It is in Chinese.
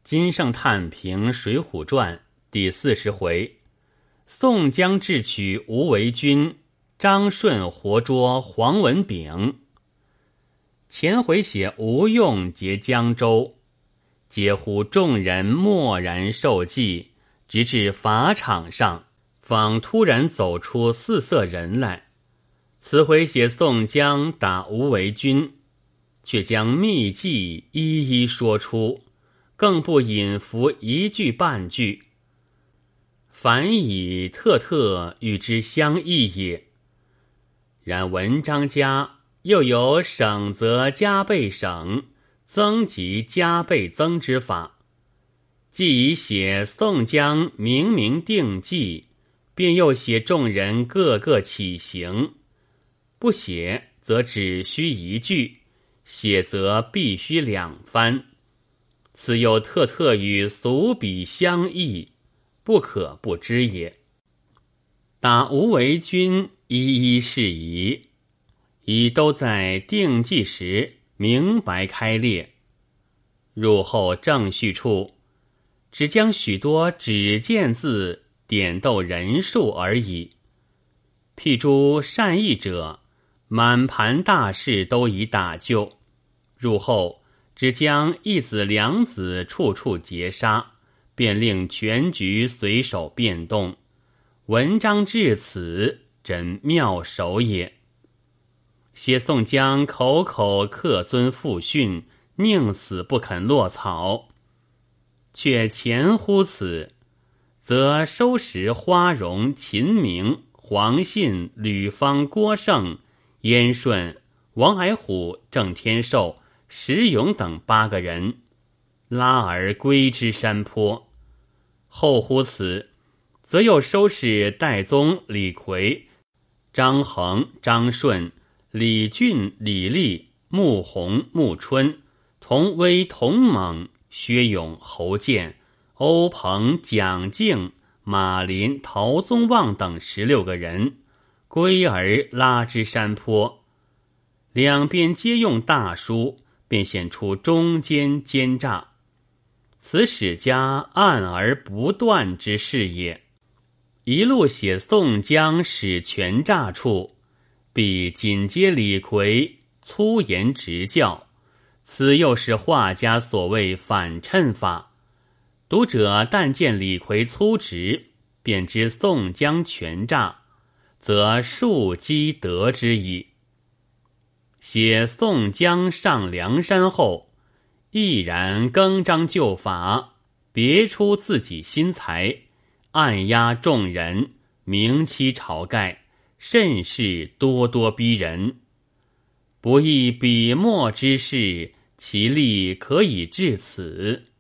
金圣叹评《水浒传》第40回，宋江智取吴为军，张顺活捉黄文炳。前回写吴用劫江州，皆乎众人默然受计，直至法场上，方突然走出4色人来。此回写宋江打吴为军，却将秘计一一说出，更不隐伏一句半句，反以特特与之相异也。然文章家又有省则加倍省，增即加倍增之法，既已写宋江明明定计，便又写众人各个起行，不写则只需一句，写则必须2番，此又特特与俗笔相异，不可不知也。打吴为军一一事宜，已都在定计时明白开列。入后正序处，只将许多只见字点斗人数而已。譬诸善意者，满盘大事都已打就，入后只将1子2子处处截杀，便令全局随手变动。文章至此，真妙手也。写宋江口口恪遵父训，宁死不肯落草，却前乎此，则收拾花荣、秦明、黄信、吕方、郭盛、燕顺、王矮虎、郑天寿、石勇等8个人，拉而归之山坡。后乎此，则又收拾戴宗、李逵、张衡、张顺、李俊、李立、穆弘、穆春、童威、童猛、薛勇、侯健、欧鹏、蒋敬、马林、陶宗旺等16个人，归而拉之山坡。两边皆用大书，便显出中间奸诈，此史家暗而不断之事也。一路写宋江使权诈处，必紧接李逵粗言直教，此又是画家所谓反衬法。读者但见李逵粗直，便知宋江权诈，则庶几得之矣。写宋江上梁山后，毅然更张旧法，别出自己心裁，暗压众人，明欺晁盖，甚是咄咄逼人。不亦笔墨之事，其力可以至此。